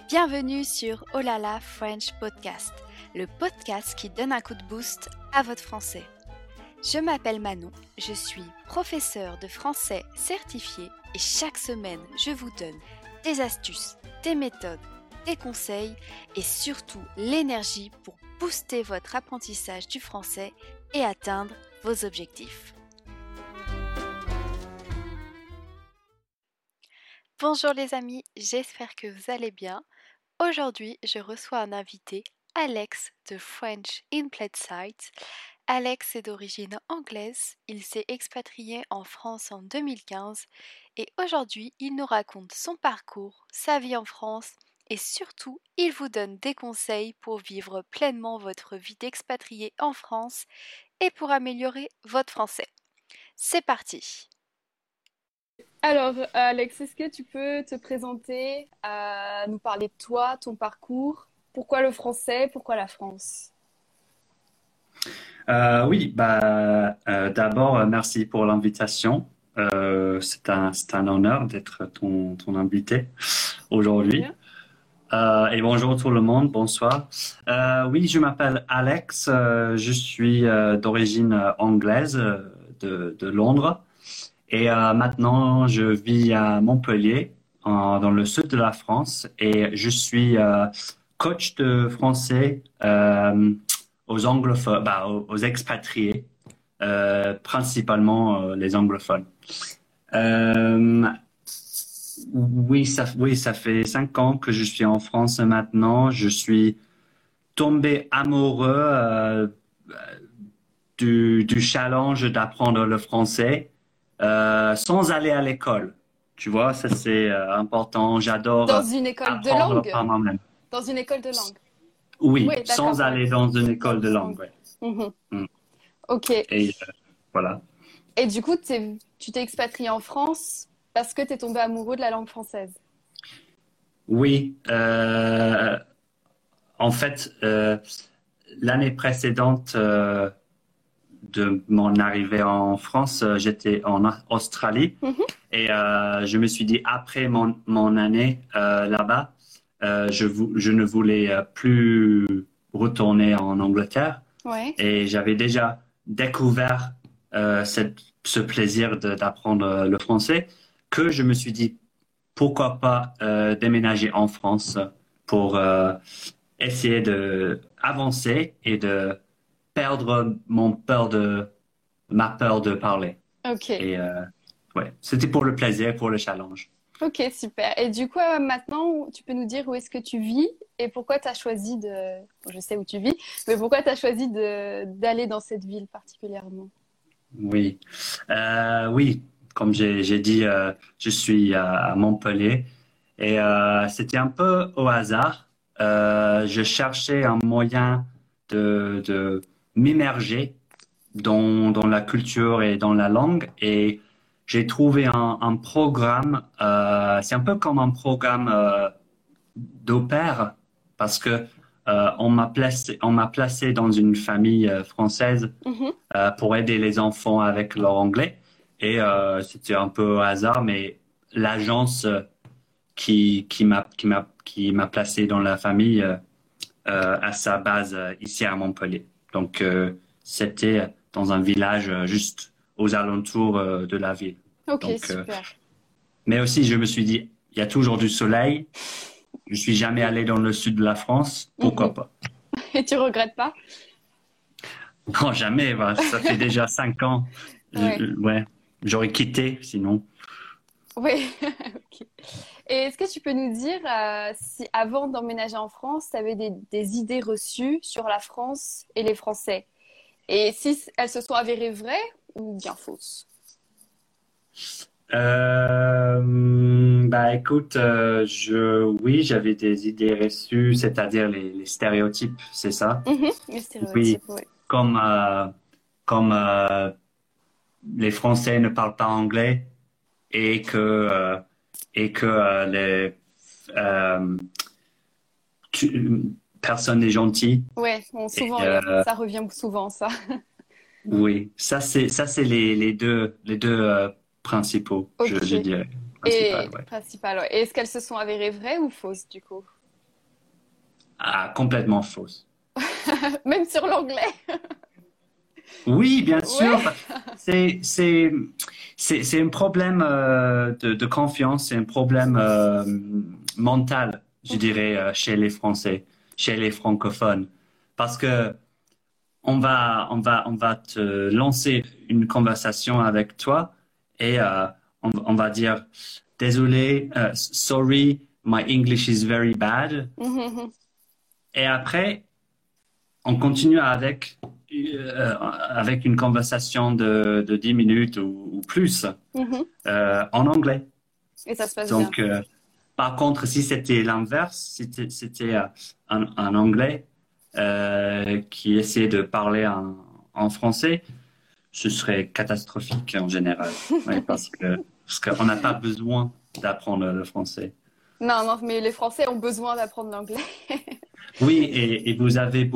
Bienvenue sur Olala French Podcast, le podcast qui donne un coup de boost à votre français. Je m'appelle Manon, je suis professeure de français certifiée et chaque semaine je vous donne des astuces, des méthodes, des conseils et surtout l'énergie pour booster votre apprentissage du français et atteindre vos objectifs. Bonjour les amis, j'espère que vous allez bien. Aujourd'hui, je reçois un invité, Alex de French in Plain Sight. Alex est d'origine anglaise, il s'est expatrié en France en 2015 et aujourd'hui, il nous raconte son parcours, sa vie en France et surtout, il vous donne des conseils pour vivre pleinement votre vie d'expatrié en France et pour améliorer votre français. C'est parti! Alors, Alex, est-ce que tu peux te présenter, nous parler de toi, ton parcours, pourquoi le français, pourquoi la France? D'abord, merci pour l'invitation. C'est un honneur d'être ton invité aujourd'hui. Bien. Et bonjour tout le monde, bonsoir. Oui, je m'appelle Alex, je suis d'origine anglaise de Londres. Et maintenant, je vis à Montpellier, dans le sud de la France, et je suis coach de français aux anglophones, aux expatriés, principalement les anglophones. Ça fait 5 ans que je suis en France maintenant. Je suis tombé amoureux du challenge d'apprendre le français. Sans aller à l'école. Tu vois, ça c'est important. J'adore Dans une école de apprendre langue? par moi-même. Dans une école de langue? Oui, Oui, d'accord, sans aller ouais. dans une école de Dans- langue. Ouais. Mhm. Mm. Ok. Et voilà. Et du coup, tu t'es expatrié en France parce que tu es tombé amoureux de la langue française. Oui, en fait, l'année précédente de mon arrivée en France, j'étais en Australie. Mhm. Et je me suis dit, après mon année là-bas, je ne voulais plus retourner en Angleterre. Ouais. Et j'avais déjà découvert ce plaisir d'apprendre le français, que je me suis dit, pourquoi pas déménager en France pour essayer d'avancer et de perdre ma peur de parler. Ok. Et ouais, c'était pour le plaisir, pour le challenge. Ok, super. Et du coup, maintenant, tu peux nous dire où est-ce que tu vis et pourquoi tu as choisi de... bon, je sais où tu vis, mais pourquoi tu as choisi d'aller dans cette ville particulièrement? Oui, oui, comme j'ai dit, je suis à Montpellier et c'était un peu au hasard. Je cherchais un moyen de m'immerger dans la culture et dans la langue et j'ai trouvé un programme. C'est un peu comme un programme d'au pair parce que on m'a placé dans une famille française Mhm. pour aider les enfants avec leur anglais. Et c'était un peu au hasard, mais l'agence qui m'a placé dans la famille a sa base ici à Montpellier. Donc c'était dans un village juste aux alentours de la ville. Ok, Donc, super. mais aussi, je me suis dit, il y a toujours du soleil. Je suis jamais allé dans le sud de la France. Pourquoi Mhm. pas? Et tu regrettes pas? Non, jamais. Bah, ça fait déjà 5 ans. Ouais. Ouais, j'aurais quitté sinon. Oui. Ok. Et est-ce que tu peux nous dire si avant d'emménager en France, tu avais des idées reçues sur la France et les Français? Et si elles se sont avérées vraies ou bien fausses? Écoute, oui, j'avais des idées reçues, c'est-à-dire les stéréotypes, c'est ça? Mhm. Les Oui, stéréotypes, oui. comme, comme les Français ne parlent pas anglais et que euh, personne n'est gentil. Ouais, bon, Et, souvent, ça revient souvent, ça. oui, ça c'est les deux principaux, je Ok. dirais, principal, Et ouais. principal, ouais. Et est-ce qu'elles se sont avérées vraies ou fausses, du coup? Ah, complètement fausse. Même sur l'anglais. Oui, bien sûr. Ouais. C'est, c'est, c'est un problème de confiance, c'est un problème mental, je Mhm. dirais, chez les Français, chez les francophones. Parce que on va te lancer une conversation avec toi et on va dire, désolé, sorry, my English is very bad. Mhm. Et après, on continue avec une conversation de 10 minutes ou plus Mhm. en anglais. Et ça se passe bien. Donc, par contre, si c'était l'inverse, si c'était un Anglais qui essayait de parler en français, ce serait catastrophique en général. Oui, parce qu'on n'a pas besoin d'apprendre le français. Non, non, mais les Français ont besoin d'apprendre l'anglais. Oui, et vous avez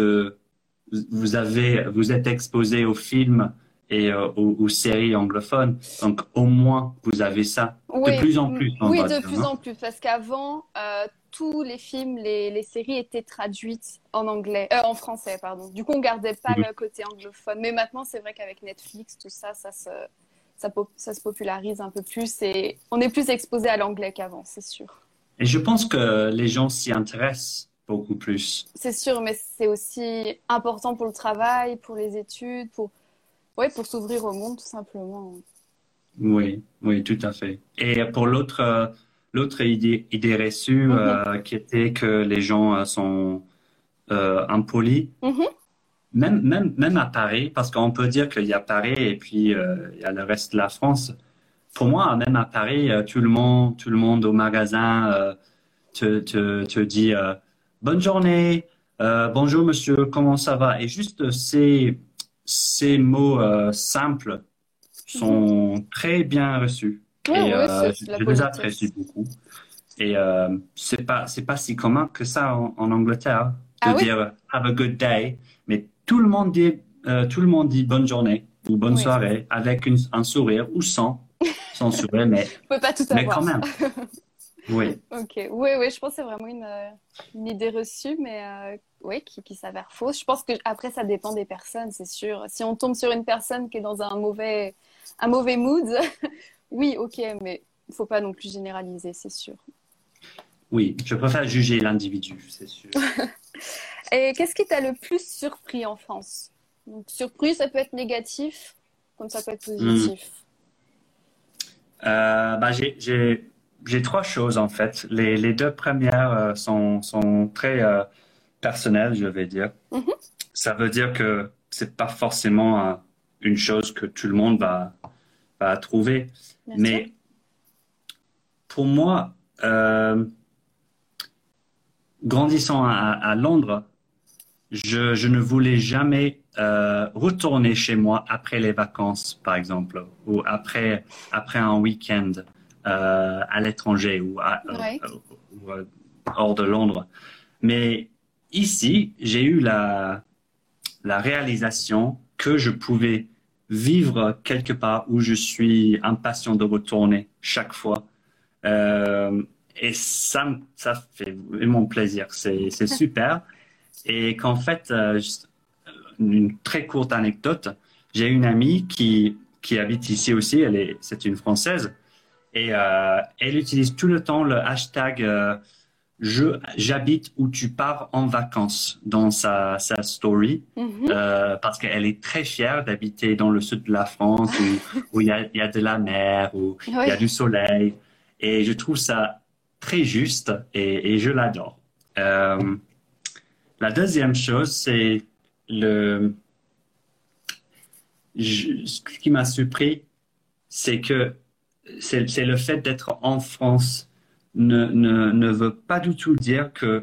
vous êtes exposé aux films et aux séries anglophones, donc au moins vous avez ça de Oui, plus en plus, on oui, va de dire, plus non? en plus, parce qu'avant, tous les films, les séries étaient traduites en anglais, en français, pardon. Du coup, on gardait pas Mhm. le côté anglophone. Mais maintenant, c'est vrai qu'avec Netflix, tout ça, ça se popularise un peu plus et on est plus exposé à l'anglais qu'avant, c'est sûr. Et je pense que les gens s'y intéressent beaucoup plus. C'est sûr, mais c'est aussi important pour le travail, pour les études, ouais, pour s'ouvrir au monde, tout simplement. Oui, oui, tout à fait. Et pour l'autre idée reçue Mhm, qui était que les gens sont impolis, mhm, même à Paris, parce qu'on peut dire qu'il y a Paris et puis il y a le reste de la France. Pour moi, même à Paris, tout le monde au magasin te dit bonne journée, bonjour monsieur, comment ça va? Et juste ces mots simples mhm. sont très bien reçus Oui, et oui, c'est la je les apprécie politesse. beaucoup. Et c'est pas si commun que ça en Angleterre de Ah oui? dire have a good day, mais tout le monde dit bonne journée ou bonne Oui. soirée avec un sourire ou sans sourire, Vous pouvez pas tout mais quand avoir. même. Oui, Ok, oui, oui, je pense que c'est vraiment une idée reçue, mais oui, qui s'avère fausse. Je pense que après, ça dépend des personnes, c'est sûr. Si on tombe sur une personne qui est dans un mauvais mood, oui, ok, mais il faut pas non plus généraliser, c'est sûr. oui, je préfère juger l'individu, c'est sûr. Et qu'est-ce qui t'a le plus surpris en France? Donc, surpris, ça peut être négatif, comme ça peut être Hmm. positif. Bah, j'ai trois choses en fait. Les deux premières sont très personnelles, je vais dire. Mhm, Ça veut dire que c'est pas forcément une chose que tout le monde va trouver. bien sûr. Mais pour moi, grandissant à Londres, je ne voulais jamais retourner chez moi après les vacances, par exemple, ou après un week-end à l'étranger Ouais. ou, hors de Londres. Mais ici, j'ai eu la réalisation que je pouvais vivre quelque part où je suis impatient de retourner chaque fois. Euh, et ça fait vraiment plaisir. C'est super. Et qu'en fait, juste une très courte anecdote, j'ai une amie qui habite ici aussi, c'est une Française, et elle utilise tout le temps le hashtag j'habite où tu pars en vacances dans sa story, Mhm. parce qu'elle est très fière d'habiter dans le sud de la France où il y a de la mer, où il y a Oui. du soleil, et je trouve ça très juste et je l'adore. Euh, la deuxième chose, c'est le, ce qui m'a surpris, c'est que c'est le fait d'être en France ne veut pas du tout dire que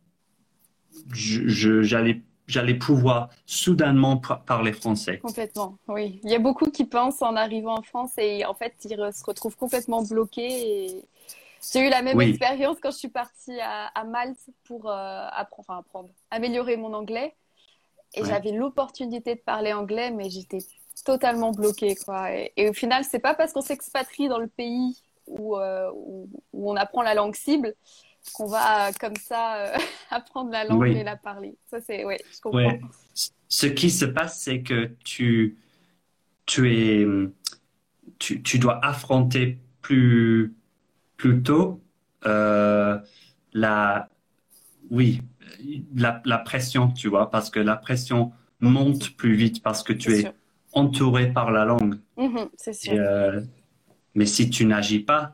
j'allais pouvoir soudainement parler français. Complètement, oui. Il y a beaucoup qui pensent en arrivant en France et en fait, se retrouvent complètement bloqués. Et j'ai eu la même Oui, expérience quand je suis partie à Malte pour apprendre, améliorer mon anglais. Et ouais. j'avais l'opportunité de parler anglais, mais j'étais totalement bloquée, quoi. Et au final, c'est pas parce qu'on s'expatrie dans le pays où on apprend la langue cible qu'on va comme ça apprendre la langue et Oui, la parler. Ça, c'est, ouais, je comprends. ouais. Ce qui se passe, c'est que tu es, tu dois affronter plus tôt euh, la, oui, la pression, tu vois, parce que la pression monte plus vite parce que C'est tu sûr. es entouré par la langue. C'est sûr. Et, mais si tu n'agis pas,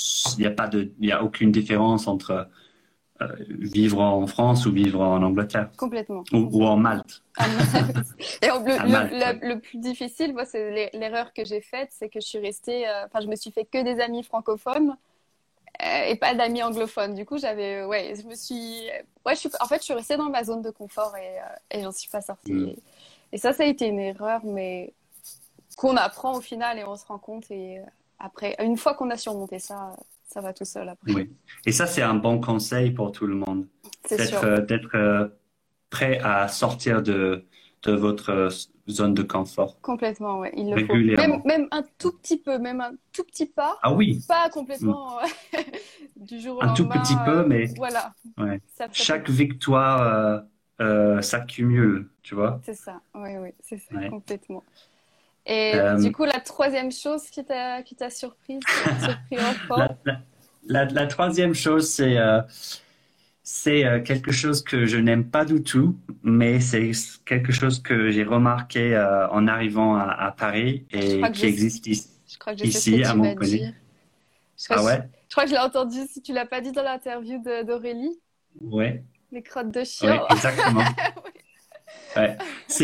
il y a aucune différence entre vivre en France ou vivre en Angleterre Complètement. ou en Complètement. Malte. Ah, et À Malte, oui. le plus difficile, moi, c'est l'erreur que j'ai faite, c'est que je suis restée, enfin, je me suis fait que des amis francophones et pas d'amis anglophones. Du coup, ouais, ouais, en fait, je suis restée dans ma zone de confort et j'en suis pas Mm. sortie. Et ça a été une erreur, mais qu'on apprend au final et on se rend compte. Et après, une fois qu'on a surmonté ça, ça va tout seul après. Oui. Et ça, c'est un bon conseil pour tout le monde, C'est sûr. d'être prêt à sortir de votre zone de confort Complètement, ouais, il le faut. régulièrement. Même un tout petit peu, même un tout petit pas, Ah oui, pas mm, complètement du jour au un tout petit lendemain. peu, mais Voilà, ouais. ça peut. Chaque victoire s'accumule, tu vois. C'est ça, oui, oui, c'est ça, Ouais. complètement. Et du Euh, coup, la troisième chose qui t'a surpris enfant? la, la, la troisième chose, c'est quelque chose que je n'aime pas du tout, mais c'est quelque chose que j'ai remarqué en arrivant à Paris Je crois et que je, qui existe je crois que je sais ce que ici à tu vas Montpellier. dire. Ah ouais? Je crois que je l'ai entendu, si tu l'as pas dit dans l'interview d'Aurélie, Ouais, les crottes de chien. ouais, exactement. Ouais.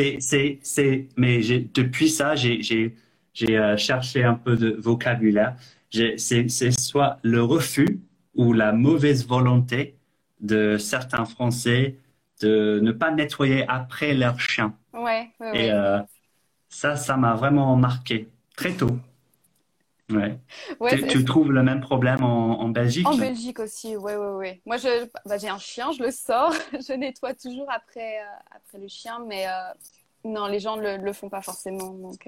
Mais depuis ça, j'ai cherché un peu de vocabulaire. C'est soit le refus ou la mauvaise volonté de certains Français de ne pas nettoyer après leur chien. Ouais, ouais, Et ouais. ça m'a vraiment marqué très tôt. Ouais. Ouais, Tu trouves le même problème en en Belgique? Belgique aussi, ouais, ouais, ouais. Moi, j'ai un chien, je le sors, je nettoie toujours après le chien, mais non, les gens le font pas forcément, donc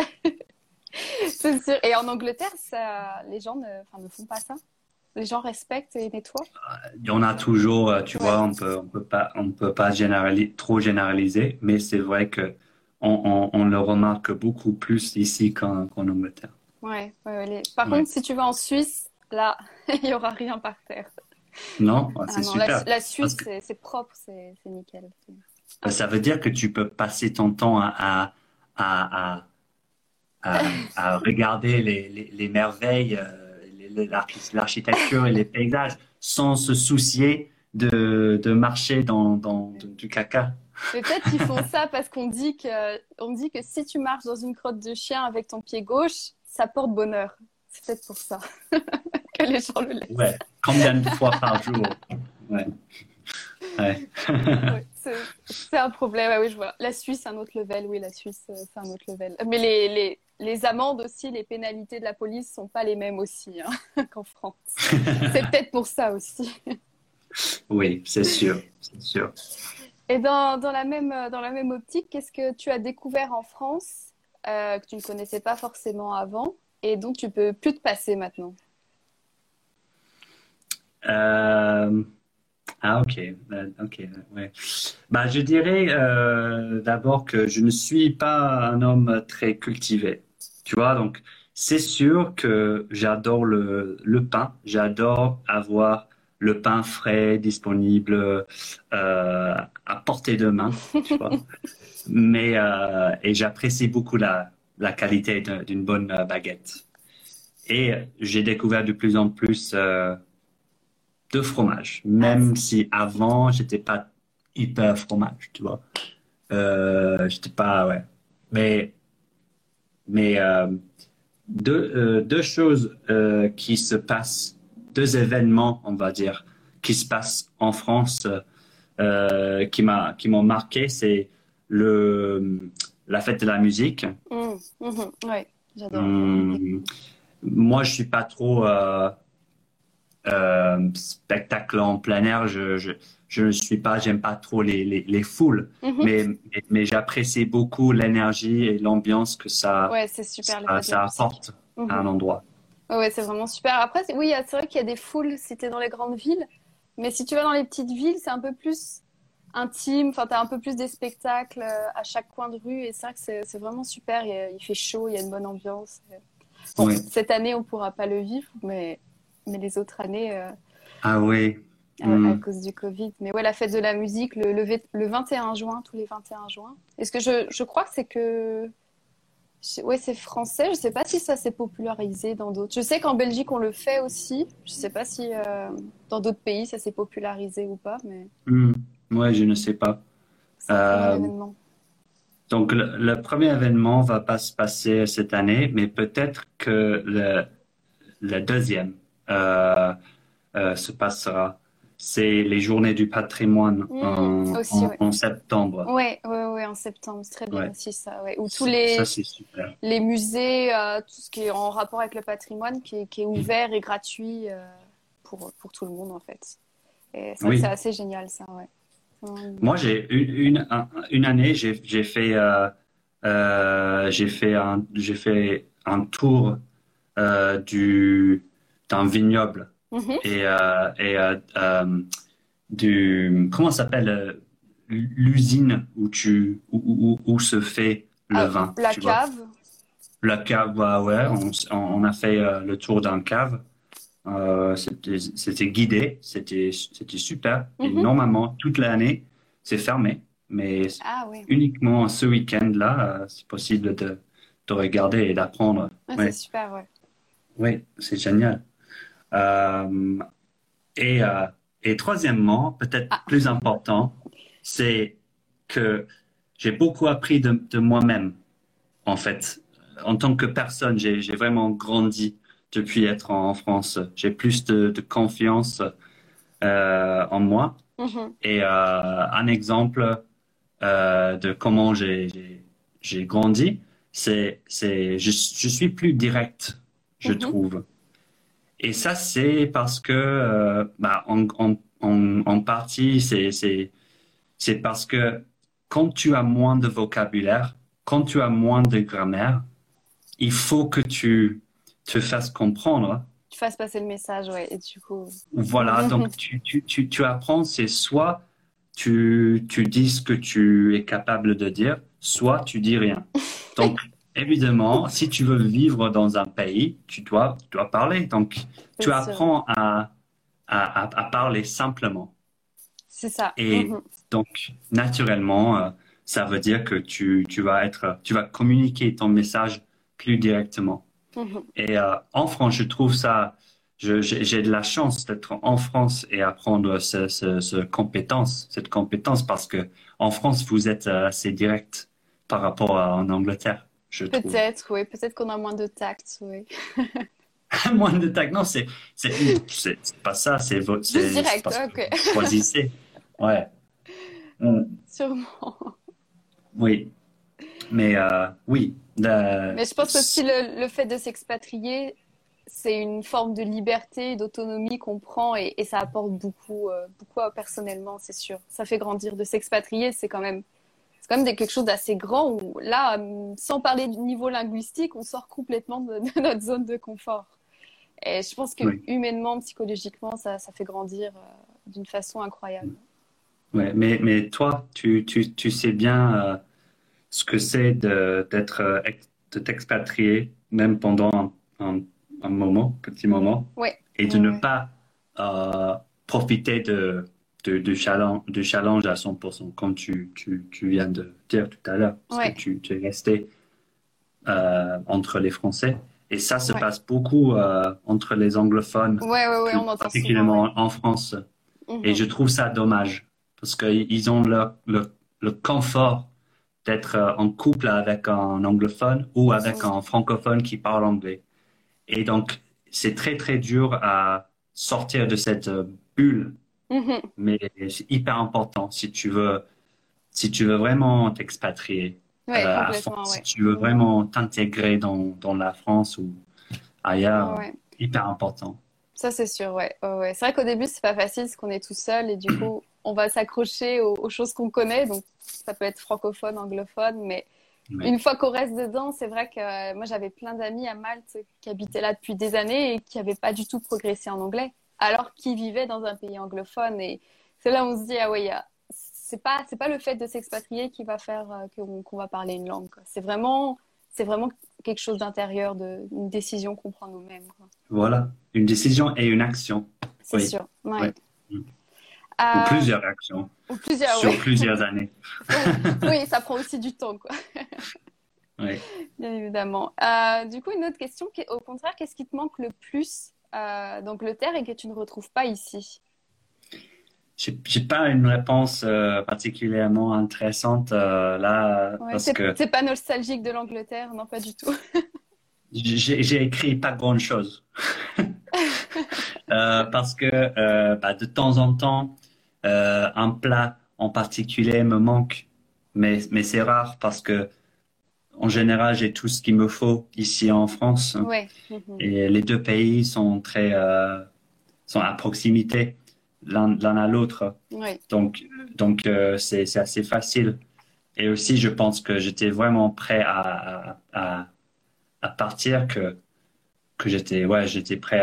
c'est sûr. Et en Angleterre, les gens enfin, ne font pas ça. Les gens respectent et nettoient. Il y en a toujours, tu Ouais, vois, on peut pas trop généraliser, mais c'est vrai que on le remarque beaucoup plus ici qu'en Angleterre. ouais, ouais, ouais. Par Ouais. contre, si tu vas en Suisse, là, il y aura rien par terre. Non, Ah c'est non, super. la Parce Suisse, que c'est propre, c'est nickel. C'est ça veut impeccable. dire que tu peux passer ton temps à, à regarder les merveilles, l'architecture et les paysages sans se soucier de marcher du caca. Mais peut-être qu'ils font ça parce on dit que si tu marches dans une crotte de chien avec ton pied gauche, ça porte bonheur. C'est peut-être pour ça que les gens le laissent. Ouais. Combien de fois par jour? Ouais. Ouais. Ouais, c'est un problème. Ah oui, je vois. La Suisse, un autre level. Oui, la Suisse, c'est un autre level. Mais les amendes aussi, les pénalités de la police sont pas les mêmes aussi hein, qu'en France. C'est peut-être pour ça aussi. Oui, c'est sûr, c'est sûr. Et dans la même optique, qu'est-ce que tu as découvert en France que tu ne connaissais pas forcément avant et dont tu peux plus te passer maintenant? Euh, ok, ok, ouais. Bah, je dirais d'abord que je ne suis pas un homme très cultivé. Tu vois, donc c'est sûr que j'adore le pain. J'adore avoir le pain frais, disponible à portée de main, tu vois. Mais et j'apprécie beaucoup la qualité d'une bonne baguette. Et j'ai découvert de plus en plus de fromage, Ah, même si avant j'étais pas hyper fromage, tu vois. J'étais pas ouais. Mais mais deux choses qui se passent, deux événements, on va dire, qui se passent en France qui m'ont marqué, c'est le la fête de la musique. ouais, j'adore la fête. Hum, moi, je suis pas trop spectacle en plein air. Je ne suis pas, j'aime pas trop les foules, Mhm. mais j'apprécie beaucoup l'énergie et l'ambiance que Ouais, c'est super les fêtes de la ça musique. apporte à Mhm. un endroit. Ouais, ouais, c'est vraiment super. Après, oui, c'est vrai qu'il y a des foules si t'es dans les grandes villes, Mais si tu vas dans les petites villes, c'est un peu plus intime. Enfin, t'as un peu plus des spectacles à chaque coin de rue. Et c'est vrai que c'est vraiment super. Il fait chaud, il y a une bonne ambiance. Bon, Oui. cette année, on pourra pas le vivre, mais les autres années, Ah oui. à Hmm. cause du Covid. Mais ouais, la fête de la musique, le 21 juin, tous les 21 juin. Est-ce que je crois que ouais, c'est français. Je sais pas si ça s'est popularisé dans d'autres. Je sais qu'en Belgique, on le fait aussi. Je sais pas si dans d'autres pays, ça s'est popularisé ou pas, mais Hmm. Ouais, je ne sais pas. c'est un très bon Euh, événement. donc, le premier événement va pas se passer cette année, mais peut-être que le deuxième se passera. C'est les Journées du patrimoine Aussi, ouais. en septembre. Ouais, ouais, ouais, en septembre, c'est très bien Ouais, aussi ça, ouais. Où tous ça c'est super. les musées, tout ce qui est en rapport avec le patrimoine, qui est ouvert et gratuit pour tout le monde en fait. Et c'est vrai que c'est Oui, assez génial ça, ouais. Hum. moi j'ai une année j'ai fait un tour du d'un vignoble Mhm. et du comment ça s'appelle l'usine où se fait le Ah, vin, la tu vois. cave. La cave, bah ouais, on a fait le tour d'un cave. C'était guidé, c'était super. Et Mhm. normalement, toute l'année, c'est fermé. Mais Ah oui, uniquement ce week-end-là, c'est possible de regarder et d'apprendre. ah, c'est Oui, super, ouais. oui, c'est génial. Euh, et, euh, et troisièmement, peut-être Ah, plus important, c'est que j'ai beaucoup appris de moi-même, en fait. En tant que personne, j'ai vraiment grandi depuis être en France. J'ai plus de confiance en moi. mhm, Et un exemple de comment j'ai grandi, je suis plus direct, je mhm, trouve. Et ça, c'est parce que, bah, en partie, c'est parce que quand tu as moins de vocabulaire, quand tu as moins de grammaire, il faut que tu te fasses comprendre. tu fasses passer le message, ouais. Et du coup, Voilà, donc tu apprends, c'est soit tu dis ce que tu es capable de dire, soit tu dis rien. Donc, évidemment, si tu veux vivre dans un pays, tu dois parler. Donc, c'est tu sûr, ouais. apprends à parler simplement. C'est ça. Et Mhm, donc, naturellement, ça veut dire que tu vas communiquer ton message plus directement. mhm. Et en France, je trouve ça, j'ai de la chance d'être en France et apprendre cette compétence parce que en France, vous êtes assez direct par rapport à en Angleterre, je trouve. Peut-être, oui. Peut-être qu'on a moins de tact, oui. Moins de tact, non, c'est pas ça, Juste c'est direct, parce que ok. vous choisissez. Ouais. Mm, Sûrement. oui, mais oui, Mais je pense aussi le fait de s'expatrier, c'est une forme de liberté, d'autonomie qu'on prend et ça apporte beaucoup, beaucoup personnellement, c'est sûr. Ça fait grandir. De s'expatrier, c'est quand même quelque chose d'assez grand où là, sans parler du niveau linguistique, on sort complètement de notre zone de confort. Et je pense que oui. humainement, psychologiquement, ça fait grandir d'une façon incroyable. Ouais, mais toi, tu sais bien ce que c'est de t'expatrier, même pendant un moment, petit moment, Ouais, et de ouais, ne ouais. pas euh, profiter du challenge à 100%, comme tu viens de dire tout à l'heure, parce que Ouais, tu es resté entre les Français. Et ça se ouais. passe beaucoup entre les anglophones, Ouais, ouais, ouais, plus on entend souvent, ouais. particulièrement en France. Et Mhm. je trouve ça dommage parce qu'ils ont le confort d'être en couple avec un anglophone ou avec un francophone qui parle anglais. Et donc, c'est très, très dur à sortir de cette bulle, Mhm. mais c'est hyper important si tu veux vraiment t'expatrier Ouais, à fond, complètement, si ouais. tu veux vraiment t'intégrer dans la France ou Ouais, ailleurs, ouais. hyper important. Ça, c'est sûr, ouais. Ouais, ouais. C'est vrai qu'au début, c'est pas facile parce qu'on est tout seul et du coup, on va s'accrocher aux choses qu'on connaît. Donc, ça peut être francophone, anglophone, mais Oui, une fois qu'on reste dedans, c'est vrai que moi, j'avais plein d'amis à Malte qui habitaient là depuis des années et qui n'avaient pas du tout progressé en anglais. alors qu'ils vivaient dans un pays anglophone. Et c'est là où on se dit, ah ouais, c'est pas le fait de s'expatrier qui va faire qu'on va parler une langue, quoi. C'est vraiment quelque chose d'intérieur, une décision qu'on prend nous-mêmes, quoi. Voilà, une décision et une action. C'est Oui, sûr, oui. ouais. Ou plusieurs actions Ou plusieurs, sur ouais. plusieurs années. Oui, ça prend aussi du temps, quoi. Oui. Bien évidemment. Du coup, une autre question, au contraire, qu'est-ce qui te manque le plus d'Angleterre et que tu ne retrouves pas ici? J'ai pas une réponse particulièrement intéressante là Ouais, parce que c'est pas nostalgique de l'Angleterre, non, pas du tout. j'ai écrit pas grand-chose. Parce que de temps en temps, un plat en particulier me manque, mais c'est rare parce que en général, j'ai tout ce qu'il me faut ici en France Ouais. Mhm. et les deux pays sont sont à proximité l'un à l'autre. Ouais. Donc c'est assez facile. Et aussi, je pense que j'étais vraiment prêt à partir, que j'étais prêt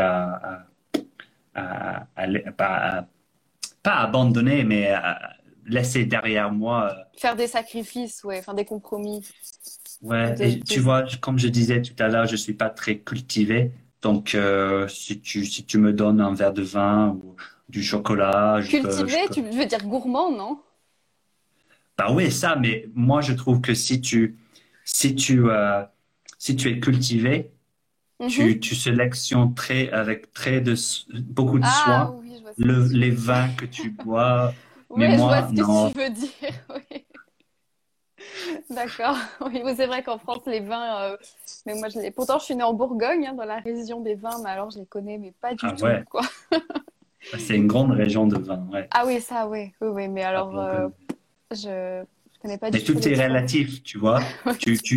pas abandonner, mais à laisser derrière moi. Faire des sacrifices, ouais, enfin des compromis. Ouais, et tu vois, comme je disais tout à l'heure, je suis pas très cultivé. Donc, si tu me donnes un verre de vin ou du chocolat, je Cultiver, peux. tu veux dire gourmand, non? Bah oui, ça, mais moi, je trouve que si tu, euh, si tu es cultivé, Mhm. tu sélectionnes avec beaucoup de Ah soin oui, je vois ce que tu veux les dire. vins que tu bois. Mais Ouais, je vois moi, ce que non. tu veux dire. Oui. D'accord. Oui, mais c'est vrai qu'en France, les vins, mais moi, pourtant, je suis née en Bourgogne, hein, dans la région des vins, mais alors je les connais, mais pas du Ah tout, ouais, quoi. c'est une grande région de vin, ouais, Ah oui, ça, oui, oui, oui, mais la alors, Bourgogne. je connais pas Mais du tout tout les est différences. relatif, tu vois. Oui,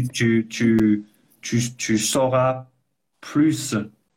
Tu sauras plus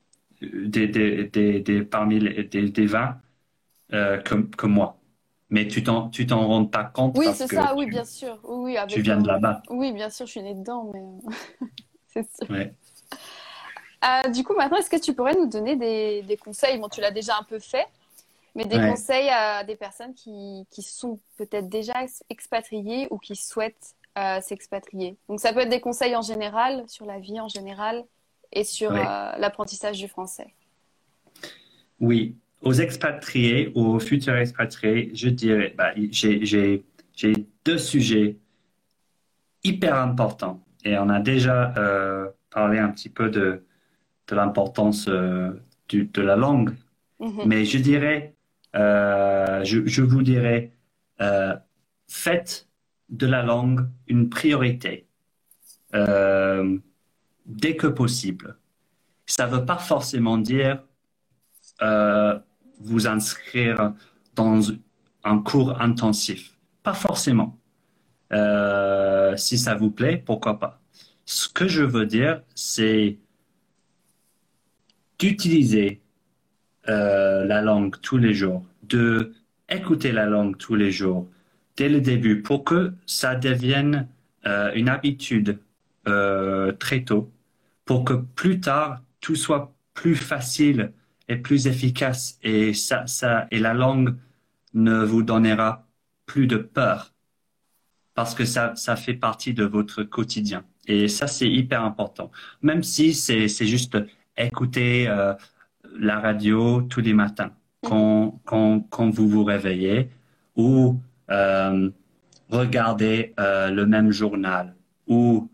parmi des vins que moi. Mais tu t'en rends pas compte oui, parce c'est que ça, oui, bien sûr. Oui, oui, tu avec, viens de là-bas. oui, bien sûr, je suis née dedans, mais c'est sûr. Ouais. Du coup, maintenant, est-ce que tu pourrais nous donner des conseils? Bon, tu l'as déjà un peu fait, mais des Ouais. conseils à des personnes qui sont peut-être déjà expatriées ou qui souhaitent s'expatrier. Donc, ça peut être des conseils en général, sur la vie en général, et sur Ouais. l'apprentissage du français. Oui. Aux expatriés ou aux futurs expatriés, je dirais, j'ai deux sujets hyper importants. Et on a déjà parlé un petit peu de l'importance de la langue. Mhm, Mais je dirais, je vous dirais, euh, faites de la langue une priorité euh, dès que possible. Ça ne veut pas forcément dire euh, vous inscrire dans un cours intensif. Pas forcément. Si ça vous plaît, pourquoi pas. Ce que je veux dire, c'est d'utiliser la langue tous les jours, de écouter la langue tous les jours dès le début pour que ça devienne une habitude très tôt, pour que plus tard tout soit plus facile et plus efficace et et la langue ne vous donnera plus de peur parce que ça fait partie de votre quotidien. Et ça, c'est hyper important. Même si c'est juste écouter la radio tous les matins mhm. quand vous vous réveillez ou euh, regarder le même journal ou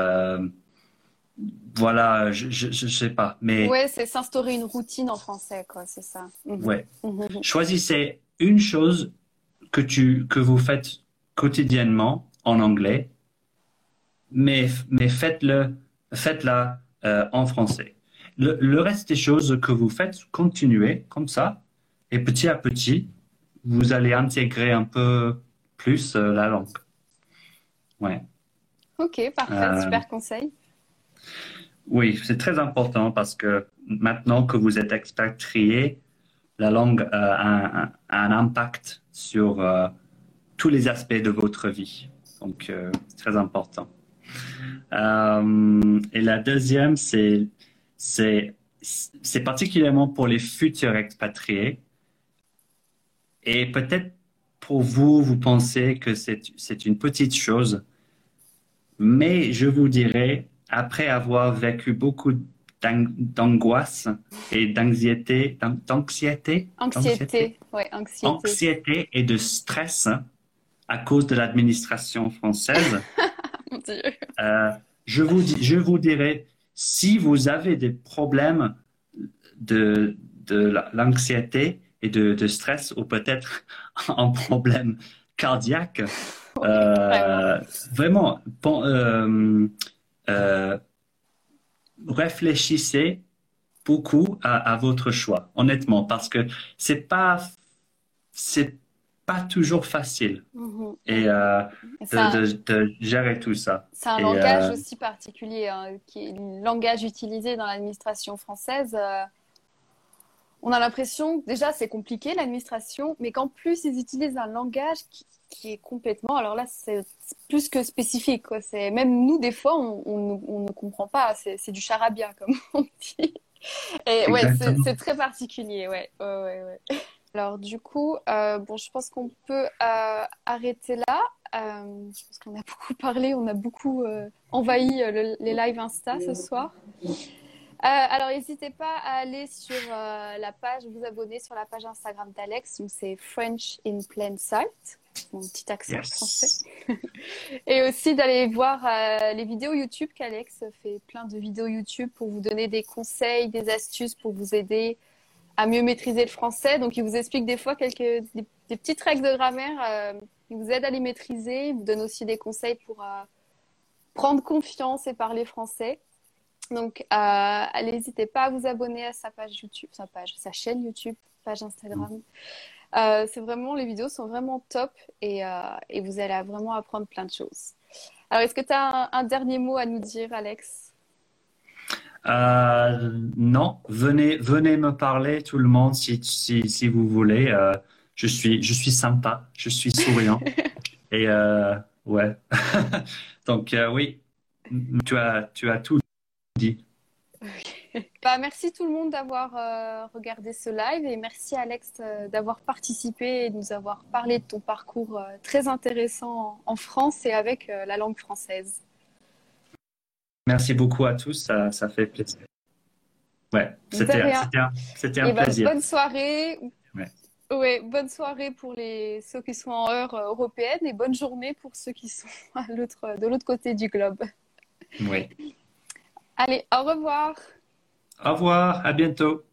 voilà, je sais pas, mais Ouais, c'est s'instaurer une routine en français, quoi, c'est ça. Mhm, ouais, mhm. choisissez une chose que vous faites quotidiennement en anglais, mais faites-la en français. Le reste des choses que vous faites, continuez comme ça, et petit à petit, vous allez intégrer un peu plus la langue. Ouais. Ok, parfait, Euh, super conseil. oui, c'est très important parce que maintenant que vous êtes expatrié, la langue a un impact sur tous les aspects de votre vie. Donc, c'est très important. Et la deuxième, c'est c'est particulièrement pour les futurs expatriés. Et peut-être pour vous, vous pensez que c'est une petite chose, mais je vous dirais, après avoir vécu beaucoup d'angoisse et Anxiété, ouais, anxiété. anxiété et de stress à cause de l'administration française, Mon Dieu. euh, je vous dirais, si vous avez des problèmes de l'anxiété et de stress ou peut-être un problème cardiaque, Vraiment. vraiment, euh, réfléchissez beaucoup à votre choix, honnêtement, parce que c'est pas toujours facile Mhm, et mhm. Et de gérer tout ça. c'est un Et langage aussi particulier, hein, qui est le langage utilisé dans l'administration française. On a l'impression que déjà c'est compliqué l'administration, mais qu'en plus ils utilisent un langage qui est complètement. Alors là, c'est plus que spécifique, quoi. C'est même nous des fois on ne comprend pas. C'est du charabia comme on dit. Et ouais, exactement. c'est très particulier, ouais. Ouais, ouais, ouais. Alors du coup, bon, je pense qu'on peut arrêter là. Je pense qu'on a beaucoup parlé, on a beaucoup envahi les lives Insta ce soir. Alors, n'hésitez pas à aller sur la page, vous abonner sur la page Instagram d'Alex. Donc, c'est French in Plain Sight, mon petit accent français. Yes. Et aussi d'aller voir les vidéos YouTube qu'Alex fait plein de vidéos YouTube pour vous donner des conseils, des astuces pour vous aider à mieux maîtriser le français. Donc, il vous explique des fois des petites règles de grammaire. Il vous aide à les maîtriser. Il vous donne aussi des conseils pour prendre confiance et parler français. Donc, n'hésitez pas à vous abonner à sa page YouTube, sa chaîne YouTube, page Instagram. C'est vraiment, les vidéos sont vraiment top et vous allez vraiment apprendre plein de choses. Alors, est-ce que tu as un dernier mot à nous dire, Alex? Non, venez me parler, tout le monde, si vous voulez. Je suis sympa, je suis souriant. Et ouais. Donc, oui, tu as tout dit. Bah, merci tout le monde d'avoir regardé ce live et merci Alex d'avoir participé et de nous avoir parlé de ton parcours très intéressant en France et avec la langue française. Merci beaucoup à tous, ça fait plaisir. Ouais, De rien. c'était Et un bah, plaisir. bonne soirée. Ouais. Ouais, bonne soirée pour ceux qui sont en heure européenne et bonne journée pour ceux qui sont de l'autre côté du globe. Oui. Allez, au revoir. Au revoir, à bientôt.